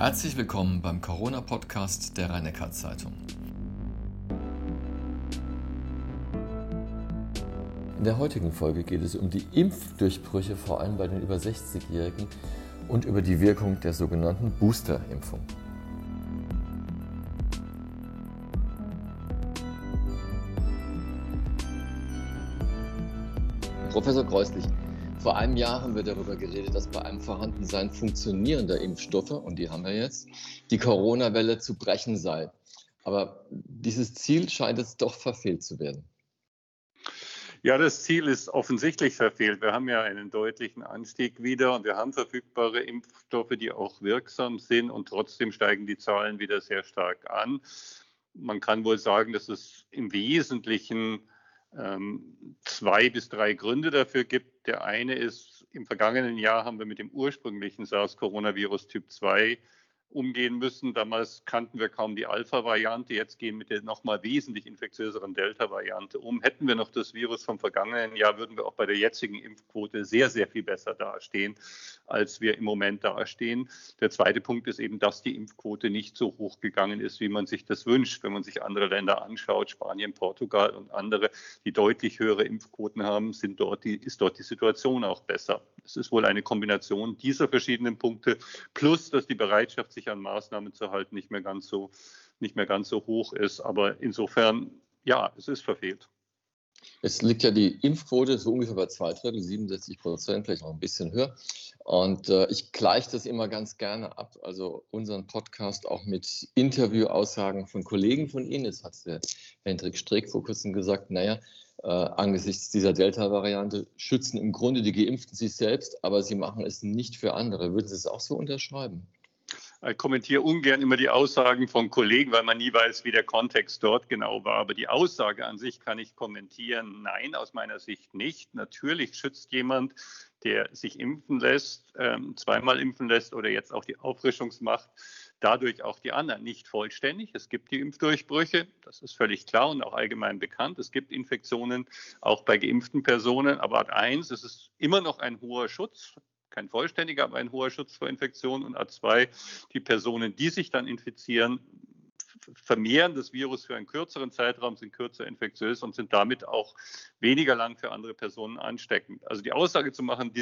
Herzlich willkommen beim Corona-Podcast der Rhein-Neckar-Zeitung. In der heutigen Folge geht es um die Impfdurchbrüche, vor allem bei den über 60-Jährigen, und über die Wirkung der sogenannten Booster-Impfung. Professor Kreuslich, vor einem Jahr haben wir darüber geredet, dass bei einem Vorhandensein funktionierender Impfstoffe, und die haben wir jetzt, die Corona-Welle zu brechen sei. Aber dieses Ziel scheint jetzt doch verfehlt zu werden. Ja, das Ziel ist offensichtlich verfehlt. Wir haben ja einen deutlichen Anstieg wieder und wir haben verfügbare Impfstoffe, die auch wirksam sind, und trotzdem steigen die Zahlen wieder sehr stark an. Man kann wohl sagen, dass es im Wesentlichen 2 bis 3 Gründe dafür gibt. Der eine ist, im vergangenen Jahr haben wir mit dem ursprünglichen SARS-Coronavirus Typ 2 umgehen müssen. Damals kannten wir kaum die Alpha-Variante. Jetzt gehen wir mit der nochmal wesentlich infektiöseren Delta-Variante um. Hätten wir noch das Virus vom vergangenen Jahr, würden wir auch bei der jetzigen Impfquote sehr, sehr viel besser dastehen, als wir im Moment dastehen. Der zweite Punkt ist eben, dass die Impfquote nicht so hoch gegangen ist, wie man sich das wünscht. Wenn man sich andere Länder anschaut, Spanien, Portugal und andere, die deutlich höhere Impfquoten haben, ist dort die Situation auch besser. Es ist wohl eine Kombination dieser verschiedenen Punkte, plus dass die Bereitschaft, sich an Maßnahmen zu halten, nicht mehr ganz so hoch ist. Aber insofern, ja, es ist verfehlt. Es liegt ja die Impfquote so ungefähr bei 2/3, 67%, vielleicht noch ein bisschen höher. Und ich gleiche das immer ganz gerne ab, also unseren Podcast auch mit Interviewaussagen von Kollegen von Ihnen. Jetzt hat der Hendrik Streeck vor kurzem gesagt, angesichts dieser Delta-Variante schützen im Grunde die Geimpften sich selbst, aber sie machen es nicht für andere. Würden Sie es auch so unterschreiben? Ich kommentiere ungern immer die Aussagen von Kollegen, weil man nie weiß, wie der Kontext dort genau war. Aber die Aussage an sich kann ich kommentieren. Nein, aus meiner Sicht nicht. Natürlich schützt jemand, der sich impfen lässt, zweimal impfen lässt oder jetzt auch die Auffrischungsmacht, dadurch auch die anderen nicht vollständig. Es gibt die Impfdurchbrüche, das ist völlig klar und auch allgemein bekannt. Es gibt Infektionen auch bei geimpften Personen. Aber Ad 1, es ist immer noch ein hoher Schutz. Kein vollständiger, aber ein hoher Schutz vor Infektionen. Und Ad 2, die Personen, die sich dann infizieren, vermehren das Virus für einen kürzeren Zeitraum, sind kürzer infektiös und sind damit auch weniger lang für andere Personen ansteckend. Also die Aussage zu machen,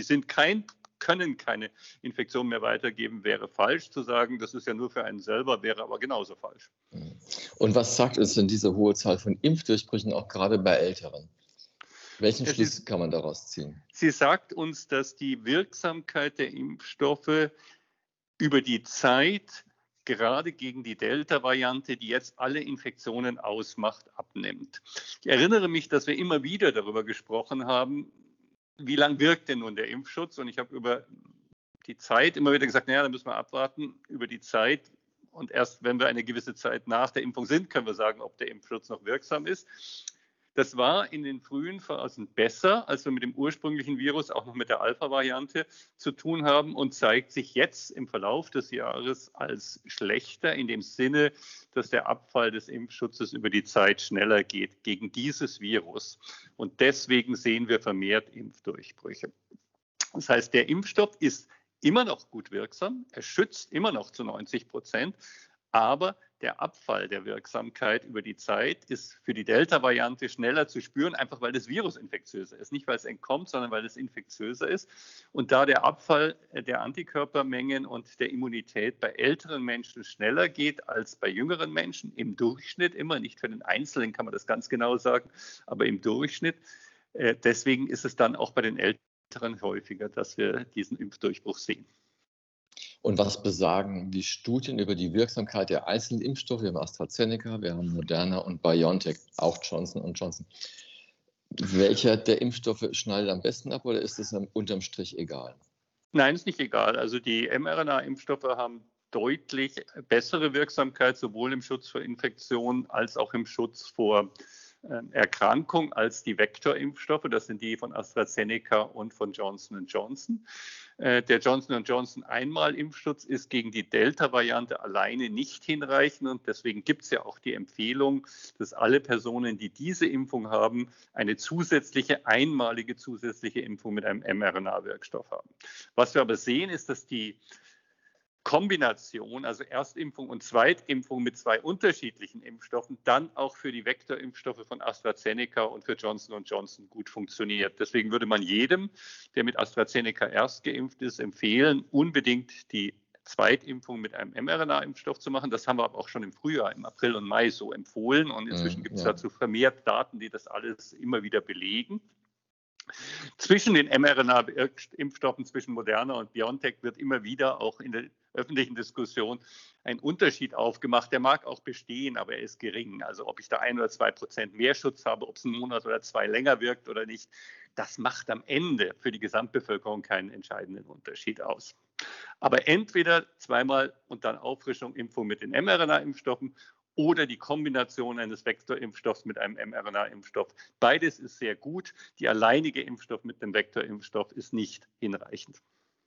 können keine Infektion mehr weitergeben, wäre falsch. Zu sagen, das ist ja nur für einen selber, wäre aber genauso falsch. Und was sagt uns denn diese hohe Zahl von Impfdurchbrüchen auch gerade bei Älteren? Welchen Schluss kann man daraus ziehen? Sie sagt uns, dass die Wirksamkeit der Impfstoffe über die Zeit gerade gegen die Delta-Variante, die jetzt alle Infektionen ausmacht, abnimmt. Ich erinnere mich, dass wir immer wieder darüber gesprochen haben, wie lang wirkt denn nun der Impfschutz? Und ich habe über die Zeit immer wieder gesagt, da müssen wir abwarten über die Zeit. Und erst wenn wir eine gewisse Zeit nach der Impfung sind, können wir sagen, ob der Impfschutz noch wirksam ist. Das war in den frühen Phasen besser, als wir mit dem ursprünglichen Virus, auch noch mit der Alpha-Variante, zu tun haben, und zeigt sich jetzt im Verlauf des Jahres als schlechter, in dem Sinne, dass der Abfall des Impfschutzes über die Zeit schneller geht gegen dieses Virus. Und deswegen sehen wir vermehrt Impfdurchbrüche. Das heißt, der Impfstoff ist immer noch gut wirksam, er schützt immer noch zu 90%, aber der Abfall der Wirksamkeit über die Zeit ist für die Delta-Variante schneller zu spüren, einfach weil das Virus infektiöser ist. Nicht, weil es entkommt, sondern weil es infektiöser ist. Und da der Abfall der Antikörpermengen und der Immunität bei älteren Menschen schneller geht als bei jüngeren Menschen, im Durchschnitt immer, nicht für den Einzelnen kann man das ganz genau sagen, aber im Durchschnitt, deswegen ist es dann auch bei den Älteren häufiger, dass wir diesen Impfdurchbruch sehen. Und was besagen die Studien über die Wirksamkeit der einzelnen Impfstoffe? Wir haben AstraZeneca, wir haben Moderna und BioNTech, auch Johnson & Johnson. Welcher der Impfstoffe schneidet am besten ab, oder ist es unterm Strich egal? Nein, ist nicht egal. Also die mRNA-Impfstoffe haben deutlich bessere Wirksamkeit, sowohl im Schutz vor Infektion als auch im Schutz vor Erkrankung als die Vektorimpfstoffe. Das sind die von AstraZeneca und von Johnson & Johnson. Der Johnson & Johnson Einmalimpfschutz ist gegen die Delta-Variante alleine nicht hinreichend, und deswegen gibt es ja auch die Empfehlung, dass alle Personen, die diese Impfung haben, eine einmalige zusätzliche Impfung mit einem mRNA-Wirkstoff haben. Was wir aber sehen, ist, dass die Kombination, also Erstimpfung und Zweitimpfung mit 2 unterschiedlichen Impfstoffen, dann auch für die Vektorimpfstoffe von AstraZeneca und für Johnson & Johnson gut funktioniert. Deswegen würde man jedem, der mit AstraZeneca erst geimpft ist, empfehlen, unbedingt die Zweitimpfung mit einem mRNA-Impfstoff zu machen. Das haben wir aber auch schon im Frühjahr, im April und Mai so empfohlen. Und inzwischen gibt es dazu vermehrt Daten, die das alles immer wieder belegen. Zwischen den mRNA-Impfstoffen, zwischen Moderna und BioNTech, wird immer wieder auch in der öffentlichen Diskussion ein Unterschied aufgemacht. Der mag auch bestehen, aber er ist gering. Also ob ich da 1 oder 2% mehr Schutz habe, ob es 1 Monat oder 2 länger wirkt oder nicht, das macht am Ende für die Gesamtbevölkerung keinen entscheidenden Unterschied aus. Aber entweder zweimal und dann Auffrischung, Impfung mit den mRNA-Impfstoffen oder die Kombination eines Vektorimpfstoffs mit einem mRNA-Impfstoff. Beides ist sehr gut. Die alleinige Impfstoff mit dem Vektorimpfstoff ist nicht hinreichend.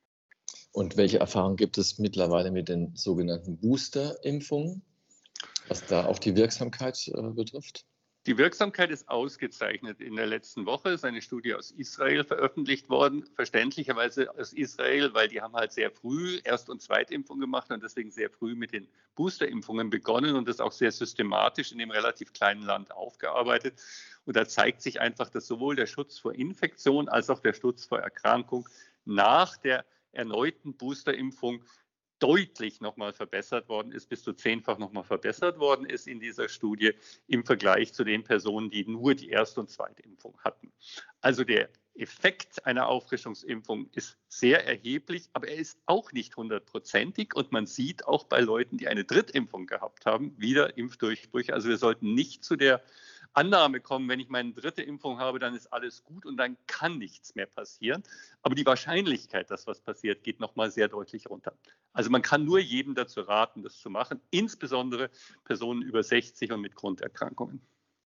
Und welche Erfahrungen gibt es mittlerweile mit den sogenannten Booster-Impfungen, was da auch die Wirksamkeit betrifft? Die Wirksamkeit ist ausgezeichnet. In der letzten Woche ist eine Studie aus Israel veröffentlicht worden, verständlicherweise aus Israel, weil die haben halt sehr früh Erst- und Zweitimpfung gemacht und deswegen sehr früh mit den Boosterimpfungen begonnen und das auch sehr systematisch in dem relativ kleinen Land aufgearbeitet. Und da zeigt sich einfach, dass sowohl der Schutz vor Infektion als auch der Schutz vor Erkrankung nach der erneuten Boosterimpfung deutlich nochmal verbessert worden ist, bis zu 10-fach nochmal verbessert worden ist in dieser Studie im Vergleich zu den Personen, die nur die Erst- und Zweitimpfung hatten. Also der Effekt einer Auffrischungsimpfung ist sehr erheblich, aber er ist auch nicht 100%ig und man sieht auch bei Leuten, die eine Drittimpfung gehabt haben, wieder Impfdurchbrüche. Also wir sollten nicht zu der Annahme kommen, wenn ich meine 3. Impfung habe, dann ist alles gut und dann kann nichts mehr passieren. Aber die Wahrscheinlichkeit, dass was passiert, geht nochmal sehr deutlich runter. Also man kann nur jedem dazu raten, das zu machen, insbesondere Personen über 60 und mit Grunderkrankungen.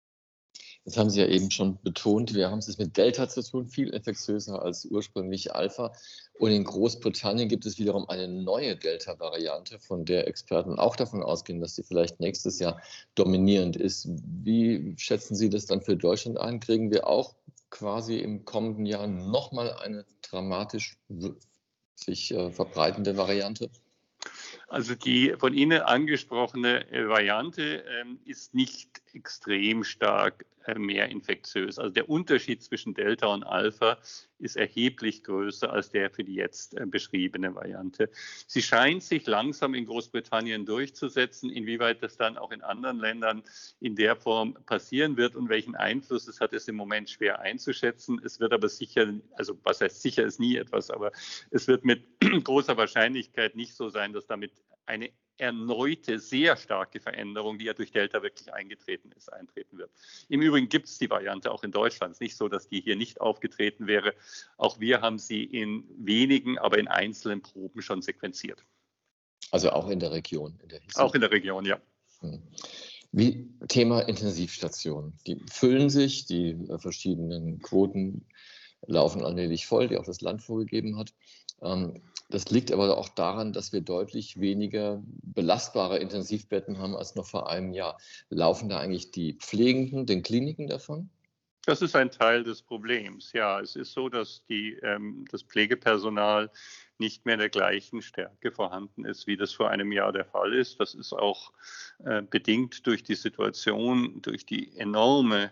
Das haben Sie ja eben schon betont. Wir haben es mit Delta zu tun, viel infektiöser als ursprünglich Alpha. Und in Großbritannien gibt es wiederum eine neue Delta-Variante, von der Experten auch davon ausgehen, dass sie vielleicht nächstes Jahr dominierend ist. Wie schätzen Sie das dann für Deutschland ein? Kriegen wir auch quasi im kommenden Jahr nochmal eine dramatisch sich verbreitende Variante? Also die von Ihnen angesprochene Variante ist nicht extrem stark mehr infektiös. Also der Unterschied zwischen Delta und Alpha ist erheblich größer als der für die jetzt beschriebene Variante. Sie scheint sich langsam in Großbritannien durchzusetzen. Inwieweit das dann auch in anderen Ländern in der Form passieren wird und welchen Einfluss es hat, ist im Moment schwer einzuschätzen. Es wird aber sicher, also was heißt sicher ist nie etwas, aber es wird mit großer Wahrscheinlichkeit nicht so sein, dass damit eine erneute, sehr starke Veränderung, die ja durch Delta wirklich eingetreten ist, eintreten wird. Im Übrigen gibt es die Variante auch in Deutschland. Es ist nicht so, dass die hier nicht aufgetreten wäre. Auch wir haben sie in wenigen, aber in einzelnen Proben schon sequenziert. Also auch in der Region? Auch in der Region, ja. Wie Thema Intensivstationen. Die füllen sich, die verschiedenen Quoten laufen allmählich voll, die auch das Land vorgegeben hat. Das liegt aber auch daran, dass wir deutlich weniger belastbare Intensivbetten haben als noch vor einem Jahr. Laufen da eigentlich die Pflegenden den Kliniken davon? Das ist ein Teil des Problems. Ja, es ist so, dass das Pflegepersonal nicht mehr in der gleichen Stärke vorhanden ist, wie das vor einem Jahr der Fall ist. Das ist auch bedingt durch die Situation, durch die enorme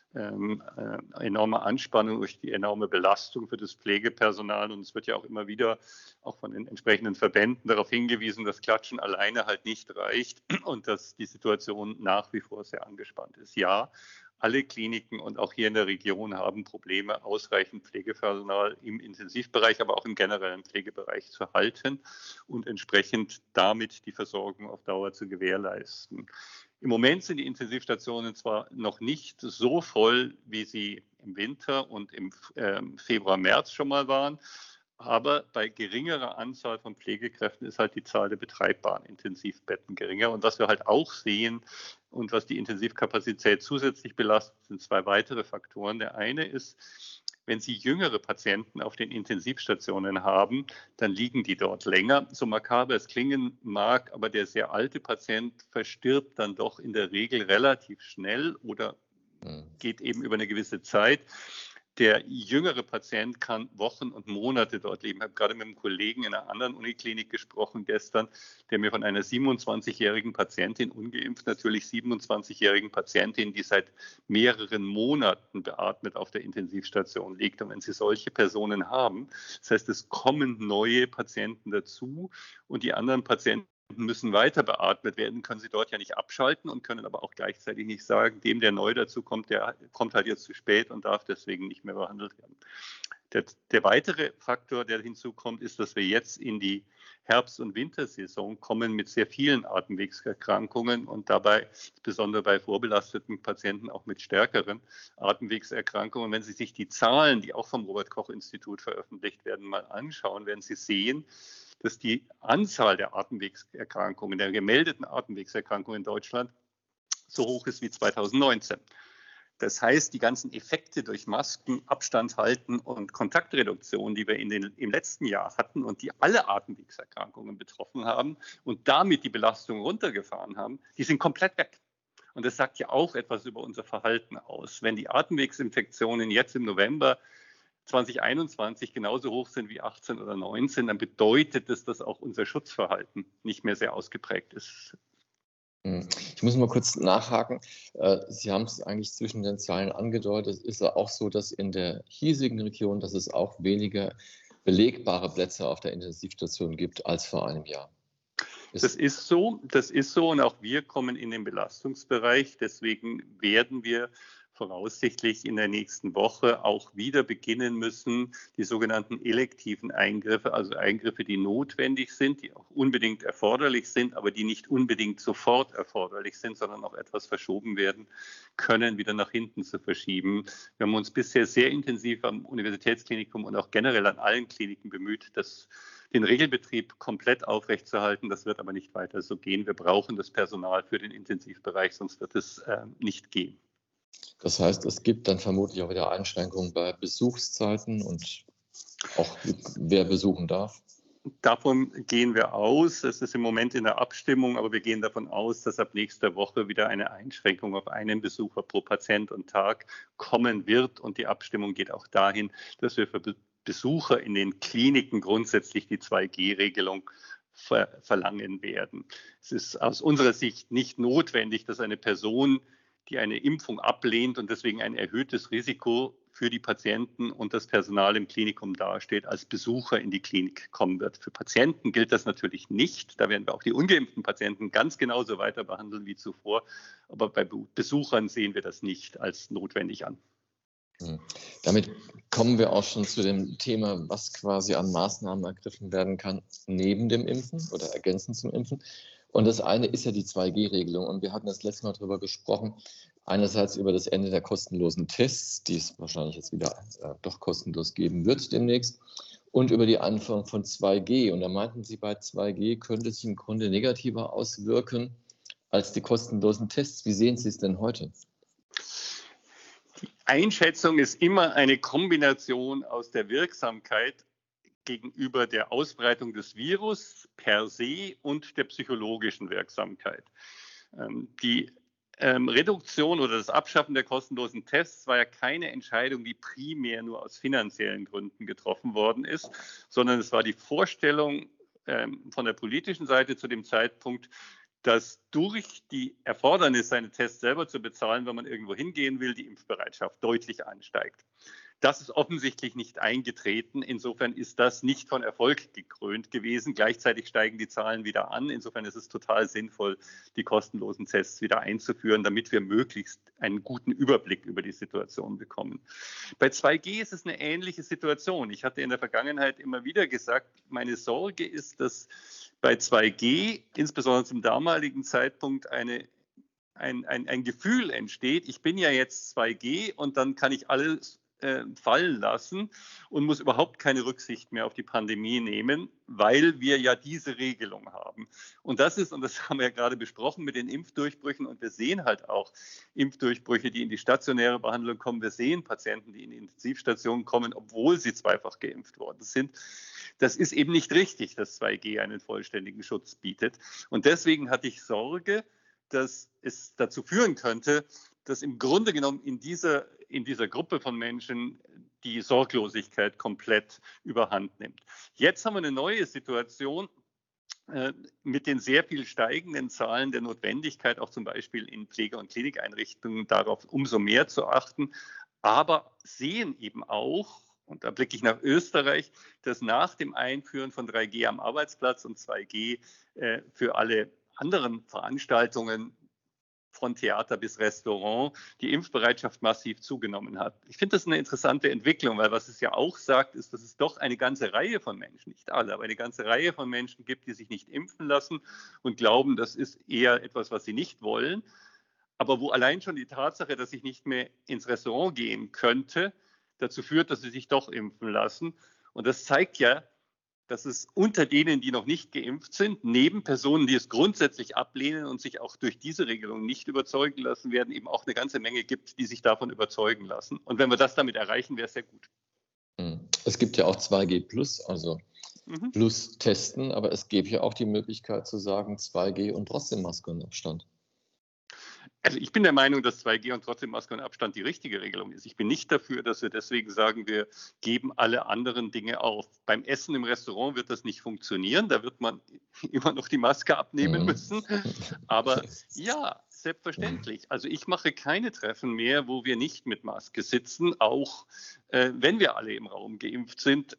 Anspannung, durch die enorme Belastung für das Pflegepersonal. Und es wird ja auch immer wieder auch von den entsprechenden Verbänden darauf hingewiesen, dass Klatschen alleine halt nicht reicht und dass die Situation nach wie vor sehr angespannt ist. Ja, alle Kliniken und auch hier in der Region haben Probleme, ausreichend Pflegepersonal im Intensivbereich, aber auch im generellen Pflegebereich zu halten und entsprechend damit die Versorgung auf Dauer zu gewährleisten. Im Moment sind die Intensivstationen zwar noch nicht so voll, wie sie im Winter und im Februar, März schon mal waren, aber bei geringerer Anzahl von Pflegekräften ist halt die Zahl der betreibbaren Intensivbetten geringer. Und was wir halt auch sehen und was die Intensivkapazität zusätzlich belastet, sind 2 weitere Faktoren. Der eine ist, wenn Sie jüngere Patienten auf den Intensivstationen haben, dann liegen die dort länger. So makaber es klingen mag, aber der sehr alte Patient verstirbt dann doch in der Regel relativ schnell oder geht eben über eine gewisse Zeit. Der jüngere Patient kann Wochen und Monate dort leben. Ich habe gerade mit einem Kollegen in einer anderen Uniklinik gesprochen gestern, der mir von einer 27-jährigen Patientin, ungeimpft natürlich 27-jährigen Patientin, die seit mehreren Monaten beatmet auf der Intensivstation liegt. Und wenn Sie solche Personen haben, das heißt, es kommen neue Patienten dazu und die anderen Patienten müssen weiter beatmet werden, können sie dort ja nicht abschalten und können aber auch gleichzeitig nicht sagen, dem, der neu dazu kommt, der kommt halt jetzt zu spät und darf deswegen nicht mehr behandelt werden. Der weitere Faktor, der hinzukommt, ist, dass wir jetzt in die Herbst- und Wintersaison kommen mit sehr vielen Atemwegserkrankungen und dabei, insbesondere bei vorbelasteten Patienten, auch mit stärkeren Atemwegserkrankungen. Wenn Sie sich die Zahlen, die auch vom Robert-Koch-Institut veröffentlicht werden, mal anschauen, werden Sie sehen, dass die Anzahl der Atemwegserkrankungen, der gemeldeten Atemwegserkrankungen in Deutschland so hoch ist wie 2019. Das heißt, die ganzen Effekte durch Masken, Abstand halten und Kontaktreduktion, die wir im letzten Jahr hatten und die alle Atemwegserkrankungen betroffen haben und damit die Belastung runtergefahren haben, die sind komplett weg. Und das sagt ja auch etwas über unser Verhalten aus. Wenn die Atemwegsinfektionen jetzt im November 2021 genauso hoch sind wie 18 oder 19, dann bedeutet das, dass auch unser Schutzverhalten nicht mehr sehr ausgeprägt ist. Ich muss mal kurz nachhaken. Sie haben es eigentlich zwischen den Zeilen angedeutet. Es ist ja auch so, dass in der hiesigen Region, dass es auch weniger belegbare Plätze auf der Intensivstation gibt als vor einem Jahr. Das ist so und auch wir kommen in den Belastungsbereich. Deswegen werden wir voraussichtlich in der nächsten Woche auch wieder beginnen müssen, die sogenannten elektiven Eingriffe, also Eingriffe, die notwendig sind, die auch unbedingt erforderlich sind, aber die nicht unbedingt sofort erforderlich sind, sondern auch etwas verschoben werden können, wieder nach hinten zu verschieben. Wir haben uns bisher sehr intensiv am Universitätsklinikum und auch generell an allen Kliniken bemüht, den Regelbetrieb komplett aufrechtzuerhalten. Das wird aber nicht weiter so gehen. Wir brauchen das Personal für den Intensivbereich, sonst wird es nicht gehen. Das heißt, es gibt dann vermutlich auch wieder Einschränkungen bei Besuchszeiten und auch wer besuchen darf. Davon gehen wir aus. Es ist im Moment in der Abstimmung, aber wir gehen davon aus, dass ab nächster Woche wieder eine Einschränkung auf einen Besucher pro Patient und Tag kommen wird. Und die Abstimmung geht auch dahin, dass wir für Besucher in den Kliniken grundsätzlich die 2G-Regelung verlangen werden. Es ist aus unserer Sicht nicht notwendig, dass eine Person, die eine Impfung ablehnt und deswegen ein erhöhtes Risiko für die Patienten und das Personal im Klinikum dasteht, als Besucher in die Klinik kommen wird. Für Patienten gilt das natürlich nicht. Da werden wir auch die ungeimpften Patienten ganz genauso weiter behandeln wie zuvor. Aber bei Besuchern sehen wir das nicht als notwendig an. Damit kommen wir auch schon zu dem Thema, was quasi an Maßnahmen ergriffen werden kann neben dem Impfen oder ergänzend zum Impfen. Und das eine ist ja die 2G-Regelung. Und wir hatten das letzte Mal darüber gesprochen, einerseits über das Ende der kostenlosen Tests, die es wahrscheinlich jetzt wieder doch kostenlos geben wird demnächst, und über die Einführung von 2G. Und da meinten Sie, bei 2G könnte es sich im Grunde negativer auswirken als die kostenlosen Tests. Wie sehen Sie es denn heute? Die Einschätzung ist immer eine Kombination aus der Wirksamkeit gegenüber der Ausbreitung des Virus per se und der psychologischen Wirksamkeit. Die Reduktion oder das Abschaffen der kostenlosen Tests war ja keine Entscheidung, die primär nur aus finanziellen Gründen getroffen worden ist, sondern es war die Vorstellung von der politischen Seite zu dem Zeitpunkt, dass durch die Erfordernis, seine Tests selber zu bezahlen, wenn man irgendwo hingehen will, die Impfbereitschaft deutlich ansteigt. Das ist offensichtlich nicht eingetreten. Insofern ist das nicht von Erfolg gekrönt gewesen. Gleichzeitig steigen die Zahlen wieder an. Insofern ist es total sinnvoll, die kostenlosen Tests wieder einzuführen, damit wir möglichst einen guten Überblick über die Situation bekommen. Bei 2G ist es eine ähnliche Situation. Ich hatte in der Vergangenheit immer wieder gesagt, meine Sorge ist, dass bei 2G, insbesondere zum damaligen Zeitpunkt, ein Gefühl entsteht, ich bin ja jetzt 2G und dann kann ich alles fallen lassen und muss überhaupt keine Rücksicht mehr auf die Pandemie nehmen, weil wir ja diese Regelung haben. Und das haben wir ja gerade besprochen mit den Impfdurchbrüchen, und wir sehen halt auch Impfdurchbrüche, die in die stationäre Behandlung kommen. Wir sehen Patienten, die in die Intensivstationen kommen, obwohl sie zweifach geimpft worden sind. Das ist eben nicht richtig, dass 2G einen vollständigen Schutz bietet. Und deswegen hatte ich Sorge, dass es dazu führen könnte, dass im Grunde genommen in dieser in dieser Gruppe von Menschen die Sorglosigkeit komplett überhand nimmt. Jetzt haben wir eine neue Situation mit den sehr viel steigenden Zahlen der Notwendigkeit, auch zum Beispiel in Pflege- und Klinikeinrichtungen, darauf umso mehr zu achten, aber sehen eben auch, und da blicke ich nach Österreich, dass nach dem Einführen von 3G am Arbeitsplatz und 2G für alle anderen Veranstaltungen von Theater bis Restaurant die Impfbereitschaft massiv zugenommen hat. Ich finde das eine interessante Entwicklung, weil was es ja auch sagt, ist, dass es doch eine ganze Reihe von Menschen, nicht alle, aber eine ganze Reihe von Menschen gibt, die sich nicht impfen lassen und glauben, das ist eher etwas, was sie nicht wollen. Aber wo allein schon die Tatsache, dass ich nicht mehr ins Restaurant gehen könnte, dazu führt, dass sie sich doch impfen lassen. Und das zeigt ja, dass es unter denen, die noch nicht geimpft sind, neben Personen, die es grundsätzlich ablehnen und sich auch durch diese Regelung nicht überzeugen lassen werden, eben auch eine ganze Menge gibt, die sich davon überzeugen lassen. Und wenn wir das damit erreichen, wäre es sehr gut. Es gibt ja auch 2G Plus, also Plus testen, aber es gäbe ja auch die Möglichkeit zu sagen 2G und trotzdem Maske und Abstand. Also ich bin der Meinung, dass 2G und trotzdem Maske und Abstand die richtige Regelung ist. Ich bin nicht dafür, dass wir deswegen sagen, wir geben alle anderen Dinge auf. Beim Essen im Restaurant wird das nicht funktionieren. Da wird man immer noch die Maske abnehmen müssen. Aber ja, selbstverständlich. Also ich mache keine Treffen mehr, wo wir nicht mit Maske sitzen, auch wenn wir alle im Raum geimpft sind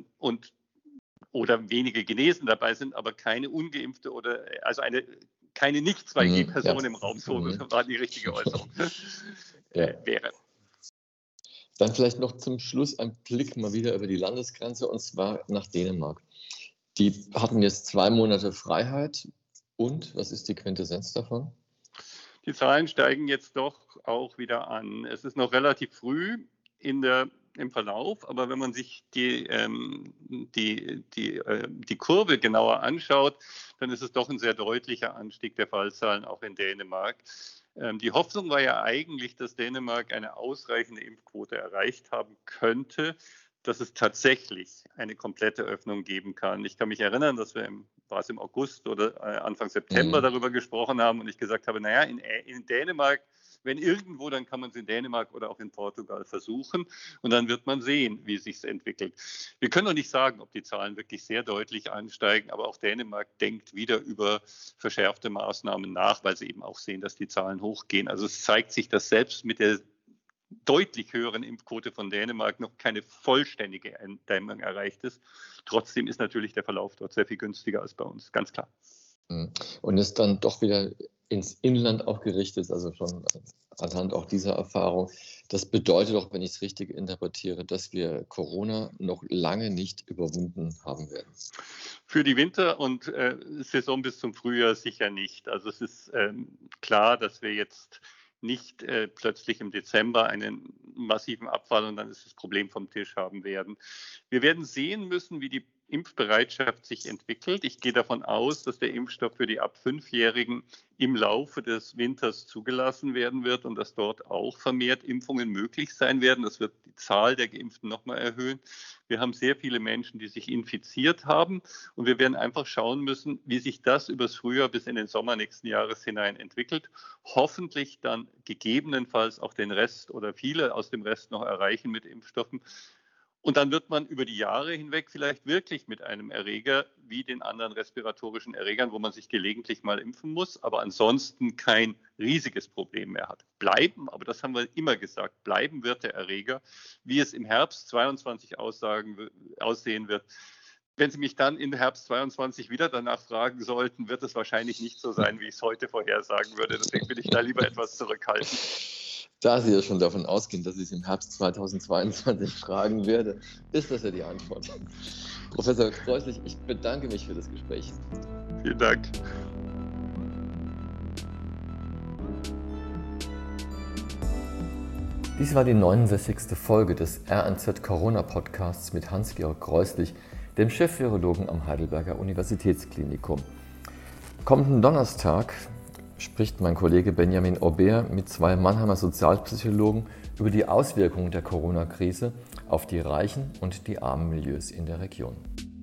oder wenige Genesen dabei sind, aber keine ungeimpfte oder also keine Nicht-2G-Person im Raum, so war die richtige Äußerung, wäre. Dann vielleicht noch zum Schluss ein Blick mal wieder über die Landesgrenze, und zwar nach Dänemark. Die hatten jetzt 2 Monate Freiheit. Und was ist die Quintessenz davon? Die Zahlen steigen jetzt doch auch wieder an. Es ist noch relativ früh im Verlauf, aber wenn man sich die Kurve genauer anschaut, dann ist es doch ein sehr deutlicher Anstieg der Fallzahlen auch in Dänemark. Die Hoffnung war ja eigentlich, dass Dänemark eine ausreichende Impfquote erreicht haben könnte, dass es tatsächlich eine komplette Öffnung geben kann. Ich kann mich erinnern, dass wir im August oder Anfang September darüber gesprochen haben und ich gesagt habe, naja, in Dänemark, wenn irgendwo, dann kann man es in Dänemark oder auch in Portugal versuchen und dann wird man sehen, wie es sich entwickelt. Wir können noch nicht sagen, ob die Zahlen wirklich sehr deutlich ansteigen, aber auch Dänemark denkt wieder über verschärfte Maßnahmen nach, weil sie eben auch sehen, dass die Zahlen hochgehen. Also es zeigt sich, dass selbst mit der deutlich höheren Impfquote von Dänemark noch keine vollständige Eindämmung erreicht ist. Trotzdem ist natürlich der Verlauf dort sehr viel günstiger als bei uns, ganz klar. Und ist dann doch wieder ins Inland auch gerichtet, also schon anhand auch dieser Erfahrung. Das bedeutet doch, wenn ich es richtig interpretiere, dass wir Corona noch lange nicht überwunden haben werden. Für die Winter- und Saison bis zum Frühjahr sicher nicht. Also es ist klar, dass wir jetzt nicht plötzlich im Dezember einen massiven Abfall und dann ist das Problem vom Tisch haben werden. Wir werden sehen müssen, wie die Impfbereitschaft sich entwickelt. Ich gehe davon aus, dass der Impfstoff für die ab 5-Jährigen im Laufe des Winters zugelassen werden wird und dass dort auch vermehrt Impfungen möglich sein werden. Das wird die Zahl der Geimpften nochmal erhöhen. Wir haben sehr viele Menschen, die sich infiziert haben und wir werden einfach schauen müssen, wie sich das übers Frühjahr bis in den Sommer nächsten Jahres hinein entwickelt. Hoffentlich dann gegebenenfalls auch den Rest oder viele aus dem Rest noch erreichen mit Impfstoffen. Und dann wird man über die Jahre hinweg vielleicht wirklich mit einem Erreger wie den anderen respiratorischen Erregern, wo man sich gelegentlich mal impfen muss, aber ansonsten kein riesiges Problem mehr hat. Bleiben, aber das haben wir immer gesagt, bleiben wird der Erreger, wie es im Herbst 2022 aussehen wird. Wenn Sie mich dann im Herbst 2022 wieder danach fragen sollten, wird es wahrscheinlich nicht so sein, wie ich es heute vorhersagen würde. Deswegen bin ich da lieber etwas zurückhaltend. Da Sie ja schon davon ausgehen, dass ich es im Herbst 2022 fragen werde, ist das ja die Antwort. Professor Kreuslich, ich bedanke mich für das Gespräch. Vielen Dank. Dies war die 69. Folge des RNZ Corona Podcasts mit Hans-Georg Kreuslich, dem Chef-Virologen am Heidelberger Universitätsklinikum. Kommenden Donnerstag spricht mein Kollege Benjamin Aubert mit 2 Mannheimer Sozialpsychologen über die Auswirkungen der Corona-Krise auf die reichen und die armen Milieus in der Region.